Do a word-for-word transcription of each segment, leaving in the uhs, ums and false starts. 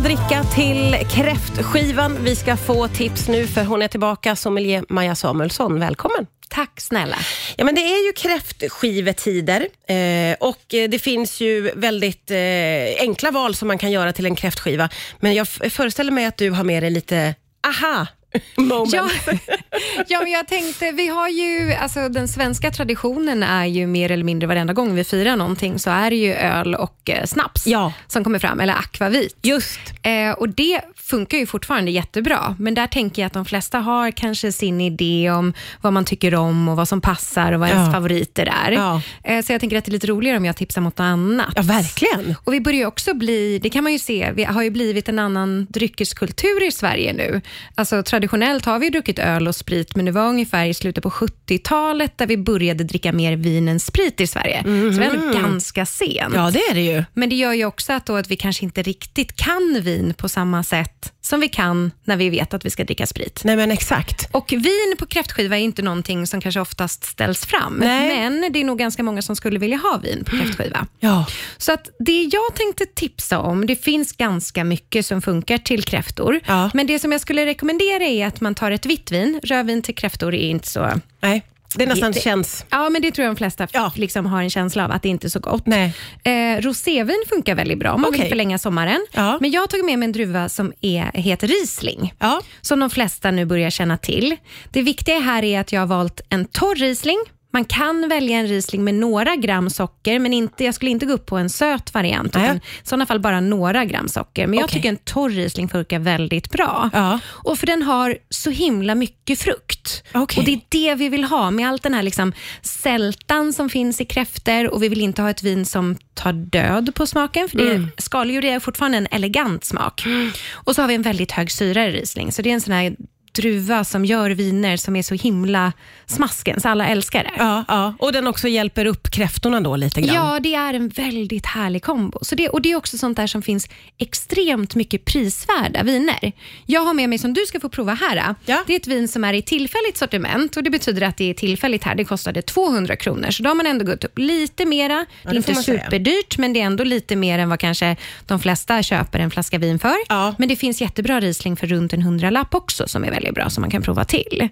kan dricka till kräftskivan. Vi ska få tips nu för hon är tillbaka, sommelier Maja Samuelsson. Välkommen. Tack snälla. Ja, men det är ju kräftskivetider eh, och det finns ju väldigt eh, enkla val som man kan göra till en kräftskiva. Men jag f- föreställer mig att du har med dig lite aha moment. Ja, ja, men jag tänkte, vi har ju, alltså den svenska traditionen är ju mer eller mindre varenda gång vi firar någonting så är det ju öl och eh, snaps ja. som kommer fram, eller akvavit. Just. Eh, och det funkar ju fortfarande jättebra, men där tänker jag att de flesta har kanske sin idé om vad man tycker om och vad som passar och vad ens ja. favoriter är. Ja. Eh, så jag tänker att det är lite roligare om jag tipsar mot något annat. Ja, verkligen. Och vi börjar ju också bli, det kan man ju se, vi har ju blivit en annan dryckeskultur i Sverige nu. Alltså traditionellt har vi druckit öl och sprit, men det var ungefär i slutet på sjuttiotalet där vi började dricka mer vin än sprit i Sverige. Mm. Så det är ändå ganska sent. Ja, det är det ju. Men det gör ju också att, då att vi kanske inte riktigt kan vin på samma sätt som vi kan när vi vet att vi ska dricka sprit. Nej, men exakt. Och vin på kräftskiva är inte någonting som kanske oftast ställs fram. Nej. Men det är nog ganska många som skulle vilja ha vin på kräftskiva. Ja. Så att det jag tänkte tipsa om, det finns ganska mycket som funkar till kräftor. Ja. Men det som jag skulle rekommendera är att man tar ett vitt vin. Rödvin till kräftor är inte så... Nej. Det nästan det, känns... Ja, men det tror jag de flesta ja. liksom har en känsla av att det inte är så gott. Nej. Eh, rosévin funkar väldigt bra om man okay. vill förlänga sommaren. Ja. Men jag har tagit med mig en druva som är, heter Riesling. Ja. Som de flesta nu börjar känna till. Det viktiga här är att jag har valt en torr Riesling. Man kan välja en Riesling med några gram socker, men inte, jag skulle inte gå upp på en söt variant. Utan i sådana fall bara några gram socker. Men jag okay. tycker en torr Riesling funkar väldigt bra. Ja. Och för den har så himla mycket frukt. Okay. Och det är det vi vill ha med allt den här liksom sältan som finns i kräfter. Och vi vill inte ha ett vin som tar död på smaken. För det mm. skaldjur är fortfarande en elegant smak. Mm. Och så har vi en väldigt hög syra i Riesling. Så det är en sån här druva som gör viner som är så himla smasken, så alla älskar det. Ja, ja. Och den också hjälper upp kräftorna då lite grann. Ja, det är en väldigt härlig kombo. Så det, och det är också sånt där som finns extremt mycket prisvärda viner. Jag har med mig, som du ska få prova här. Ja. Det är ett vin som är i tillfälligt sortiment och det betyder att det är tillfälligt här. Det kostade tvåhundra kronor, så då har man ändå gått upp lite mera. Ja, det är inte superdyrt, men det är ändå lite mer än vad kanske de flesta köper en flaska vin för. Ja. Men det finns jättebra Riesling för runt en hundralapp också som är väldigt bra, som man kan prova till.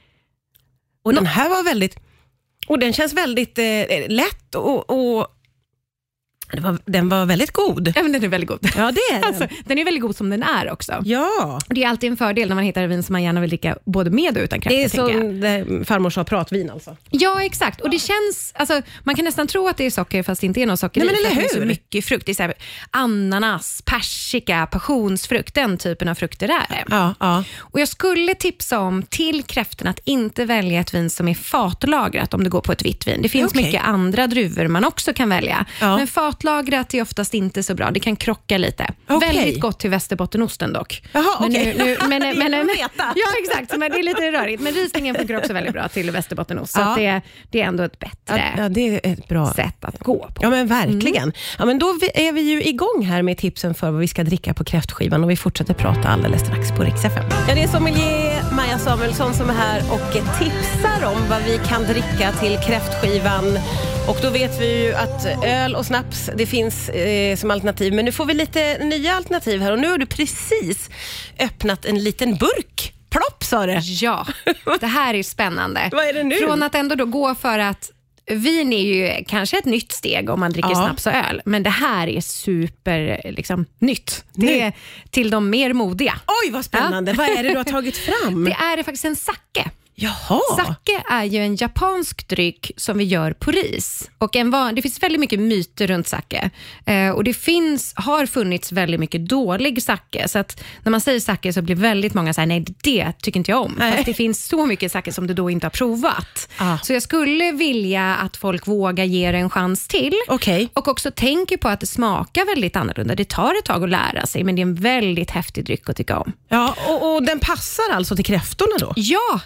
Och den här var väldigt... Och den känns väldigt eh, lätt och... och det var, den var väldigt god. Ja, men den är väldigt god. Ja, det är den. Alltså, den är väldigt god som den är också. Ja. Och det är alltid en fördel när man hittar vin som man gärna vill dricka både med och utan kräftor. Det är som det, farmor sa, pratvin alltså. Ja, exakt. Och det känns, alltså, man kan nästan tro att det är socker fast det inte är något socker. Nej, men eller hur? Det är så mycket frukt. Det är så här, ananas, persika, passionsfrukt, den typen av frukter är det. Ja, ja. Och jag skulle tipsa om till kräftorna att inte välja ett vin som är fatlagrat om det går på ett vitt vin. Det finns Okay. mycket andra druvor man också kan välja. Ja. Men fatlagrat är oftast inte så bra. Det kan krocka lite. Okay. Väldigt gott till västerbottenost dock. Jaha, men okej. nu, nu, men, men, men, veta. ja, exakt. Men det är lite rörigt. Men Rieslingen funkar också väldigt bra till västerbottenost. Så Ja. att det, det är ändå ett bättre Ja, det är ett bra sätt att gå på. Ja, men verkligen. Mm. Ja, men då är vi ju igång här med tipsen för vad vi ska dricka på kräftskivan och vi fortsätter prata alldeles strax på Rix F M. Ja, det är sommelier Maja Samuelsson som är här och tipsar om vad vi kan dricka till kräftskivan. Och då vet vi ju att öl och snaps, det finns eh, som alternativ. Men nu får vi lite nya alternativ här och nu har du precis öppnat en liten burk. Plopp, sa det. Ja, det här är spännande. Vad är det nu? Från att ändå då gå för att vin är ju kanske ett nytt steg om man dricker ja. snaps och öl. Men det här är super liksom, nytt. Det är till de mer modiga. Oj, vad spännande. Ja. Vad är det du har tagit fram? Det är faktiskt en sake. Jaha. Sake är ju en japansk dryck som vi gör på ris. Och en van, det finns väldigt mycket myter runt sake. Eh, och det finns, har funnits väldigt mycket dålig sake. Så att när man säger sake så blir väldigt många så här, nej det tycker inte jag om. Nej. Fast det finns så mycket sake som du då inte har provat. Ah. Så jag skulle vilja att folk vågar ge det en chans till. Okay. Och också tänker på att det smakar väldigt annorlunda. Det tar ett tag att lära sig, men det är en väldigt häftig dryck att tycka om. Ja, och, och den passar alltså till kräftorna då? Ja, alltså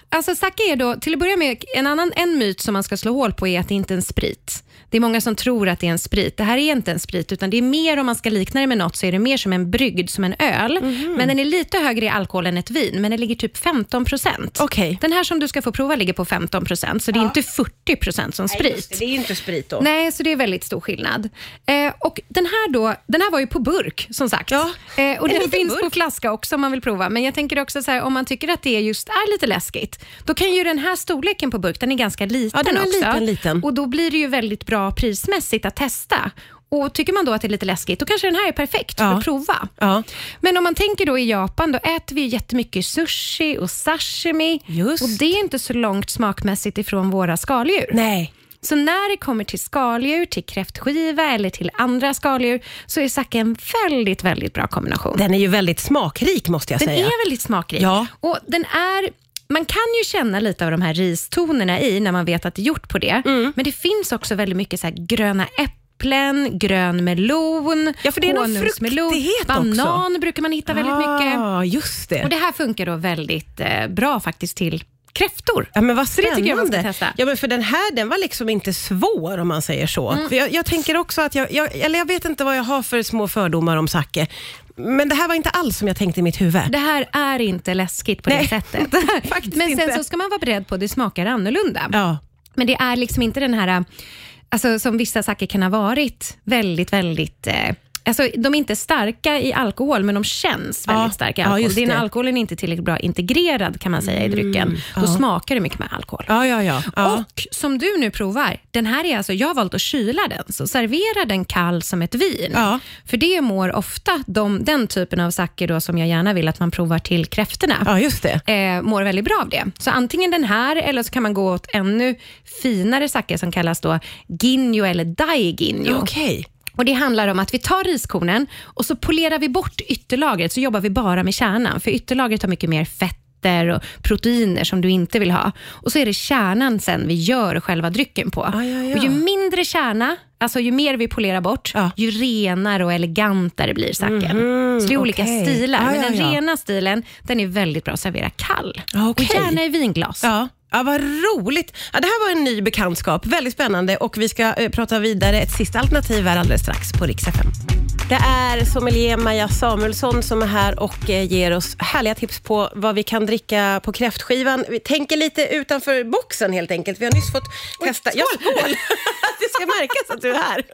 sake är då, till att börja med, en annan en myt som man ska slå hål på är att det inte är en sprit. Det är många som tror att det är en sprit. Det här är inte en sprit, utan det är mer, om man ska likna det med något, så är det mer som en brygd, som en öl. Mm-hmm. Men den är lite högre i alkohol än ett vin, men den ligger typ femton procent. Okay. Den här som du ska få prova ligger på femton procent, så det är ja. inte fyrtio procent som sprit. Nej, det. det är inte sprit då. Nej, så det är väldigt stor skillnad. Eh, och den här då, den här var ju på burk, som sagt. Ja. Eh, och den finns burk. på flaska också om man vill prova. Men jag tänker också så här, om man tycker att det just är lite läskigt, då kan ju den här storleken på burk, den är ganska liten, ja, den är också. Liten, liten. Och då blir det ju väldigt bra prismässigt att testa. Och tycker man då att det är lite läskigt, då kanske den här är perfekt för ja. att prova. Ja. Men om man tänker då i Japan, då äter vi jättemycket sushi och sashimi. Just. Och det är inte så långt smakmässigt ifrån våra skaldjur. Nej. Så när det kommer till skaldjur, till kräftskiva eller till andra skaldjur, så är sake en väldigt, väldigt bra kombination. Den är ju väldigt smakrik, måste jag den säga. Den är väldigt smakrik. Ja. Och den är... Man kan ju känna lite av de här ristonerna i när man vet att det är gjort på det. Mm. Men det finns också väldigt mycket så här gröna äpplen, grön melon, ja, för det är någon fruktighet banan också. Brukar man hitta väldigt ah, mycket. Ja, just det. Och det här funkar då väldigt eh, bra faktiskt till kräftor. Ja, men vad spännande. Så det tycker jag man ska testa. Ja, men för den här, den var liksom inte svår, om man säger så. Mm. För jag, jag tänker också att jag, jag, eller jag vet inte vad jag har för små fördomar om sake. Men det här var inte alls som jag tänkte i mitt huvud. Det här är inte läskigt på Nej. det sättet. Faktiskt men sen inte. så ska man vara beredd på att det smakar annorlunda. Ja. Men det är liksom inte den här, alltså, som vissa sake kan ha varit väldigt, väldigt... Eh, Alltså, de är inte starka i alkohol, men de känns väldigt ja, starka i alkohol. Ja, det. Den alkoholen är inte tillräckligt bra integrerad, kan man säga, i drycken. Mm, Då ja. smakar det mycket med alkohol. Ja, ja, ja, ja. Och som du nu provar, den här är alltså, jag har valt att kyla den. Så servera den kall som ett vin. Ja. För det mår ofta de, den typen av sake då, som jag gärna vill att man provar till kräftorna. Ja, just det. Eh, mår väldigt bra av det. Så antingen den här, eller så kan man gå åt ännu finare sake som kallas då ginjo eller dai ginjo. Okej. Okay. Och det handlar om att vi tar riskornen och så polerar vi bort ytterlagret, så jobbar vi bara med kärnan. För ytterlagret har mycket mer fetter och proteiner som du inte vill ha. Och så är det kärnan sen vi gör själva drycken på. Ah, ja, ja. Och ju mindre kärna, alltså ju mer vi polerar bort, ja. ju renare och elegantare blir saken. Mm-hmm, så det är olika okay. stilar. Ah, men den ja, ja. rena stilen, den är väldigt bra att servera kall. Okay. Och gärna i vinglas. Ja. Ja, vad roligt. Ja, det här var en ny bekantskap. Väldigt spännande. Och vi ska eh, prata vidare. Ett sista alternativ är alldeles strax på Rix F M. Det är sommelier Maja Samuelsson som är här och eh, ger oss härliga tips på vad vi kan dricka på kräftskivan. Vi tänker lite utanför boxen helt enkelt. Vi har nyss fått testa... Oj, skål! Ja, skål! Det ska märkas att du är här.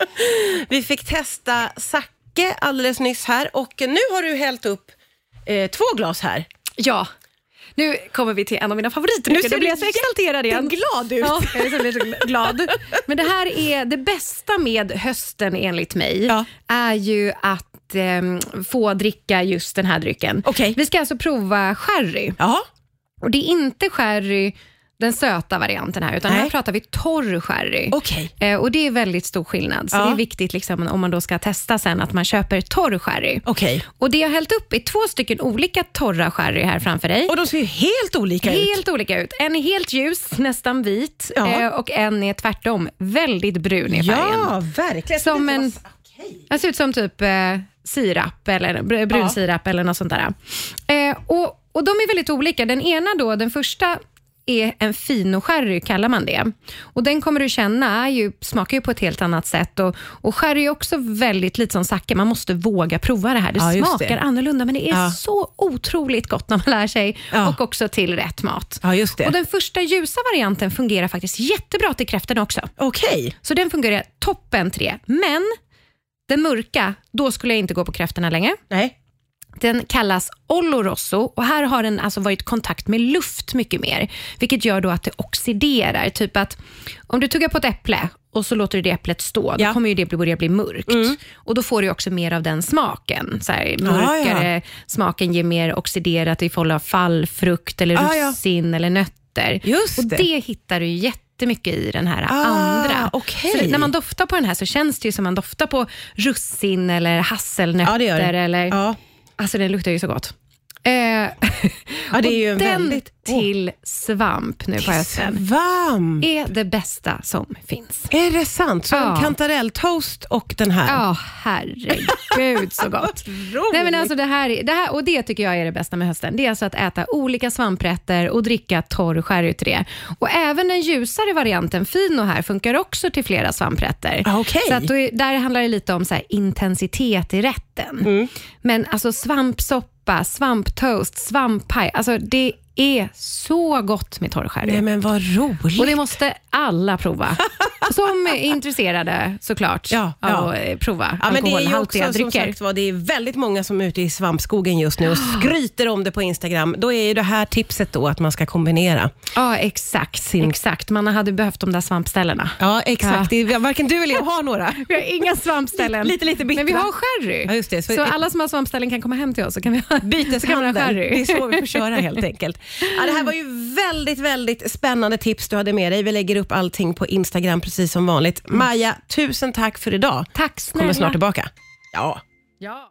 Vi fick testa sake alldeles nyss här. Och nu har du hällt upp eh, två glas här. Ja. Nu kommer vi till en av mina favoritdrycker. Nu ser du jag så exalterad igen. Glad ut. Ja, jag är så lite glad. Men det här är det bästa med hösten enligt mig. Ja. Är ju att eh, få dricka just den här drycken. Okay. Vi ska alltså prova sherry. Jaha. Och det är inte sherry, den söta varianten här, utan Nej. här pratar vi torr sherry. Okay. Eh, och det är väldigt stor skillnad. Så ja. det är viktigt liksom, om man då ska testa sen att man köper torr sherry. Okay. Och det jag har hällt upp är två stycken olika torra sherry här framför dig. Och de ser ju helt olika helt ut. Helt olika ut. En är helt ljus, nästan vit. Ja. Eh, och en är tvärtom, väldigt brun i färgen. Ja, verkligen. Som en, det ser ut som typ eh, sirap eller brun ja. sirap eller något sånt där. Eh, och, och de är väldigt olika. Den ena då, den första är en fino sherry, kallar man det. Och den kommer du känna är ju, smakar ju på ett helt annat sätt. Och, och sherry är också väldigt lite som sake. Man måste våga prova det här. Det ja, smakar det. annorlunda, men det är ja. så otroligt gott när man lär sig. Ja. Och också till rätt mat. Ja, just det. Och den första ljusa varianten fungerar faktiskt jättebra till kräftorna också. Okej. Okay. Så den fungerar toppen tre. Men den mörka, då skulle jag inte gå på kräftorna längre. Nej. Den kallas Oloroso och här har den alltså varit i kontakt med luft mycket mer. Vilket gör då att det oxiderar. Typ att om du tuggar på ett äpple och så låter du det äpplet stå, ja. då kommer ju det börja bli mörkt. Mm. Och då får du också mer av den smaken. Så här, mörkare ah, ja. smaken ger mer oxiderat i form av fallfrukt eller russin ah, ja. eller nötter. Just och det. det hittar du jättemycket i den här ah, andra. Okay. Så när man doftar på den här så känns det ju som man doftar på russin eller hasselnötter. Ja, det gör det. Eller... Ja. Alltså den luktar ju så gott. Eh, Ja, det är ju en den väldigt... till svamp nu på hösten. Svamp! Är det bästa som finns. Är det sant? Så Ja. en kantarelltoast och den här? Ja, herregud så gott. Nej, men alltså det här, det här, och det tycker jag är det bästa med hösten. Det är alltså att äta olika svamprätter och dricka torr sherry till det. Och även den ljusare varianten, Fino här, funkar också till flera svamprätter. Ah, okay. Så att då, där handlar det lite om så här, intensitet i rätten. Mm. Men alltså svampsoppa, svamptoast, svamppaj, alltså det är så gott med torr sherry. Nej, men vad roligt. Och det måste alla prova. Som är intresserade såklart ja, ja. av att prova ja, men det är ju också, drycker. som sagt var, det är väldigt många som är ute i svampskogen just nu och skryter om det på Instagram. Då är ju det här tipset då att man ska kombinera. Ja, exakt. Sin... exakt. Man hade behövt de där svampställena. Ja, exakt. Ja. Det, varken du eller jag har några. Vi har inga svampställen. Lite, lite bittra. Men vi har sherry. Ja, just det. Så, så alla som har svampställen kan komma hem till oss så kan vi ha byteshandel. Det är så vi får köra helt enkelt. Ja, det här var ju väldigt, väldigt spännande tips du hade med dig. Vi lägger upp allting på Instagram precis som vanligt. Maja, tusen tack för idag. Tack snälla. Kommer snart tillbaka. Ja. Ja.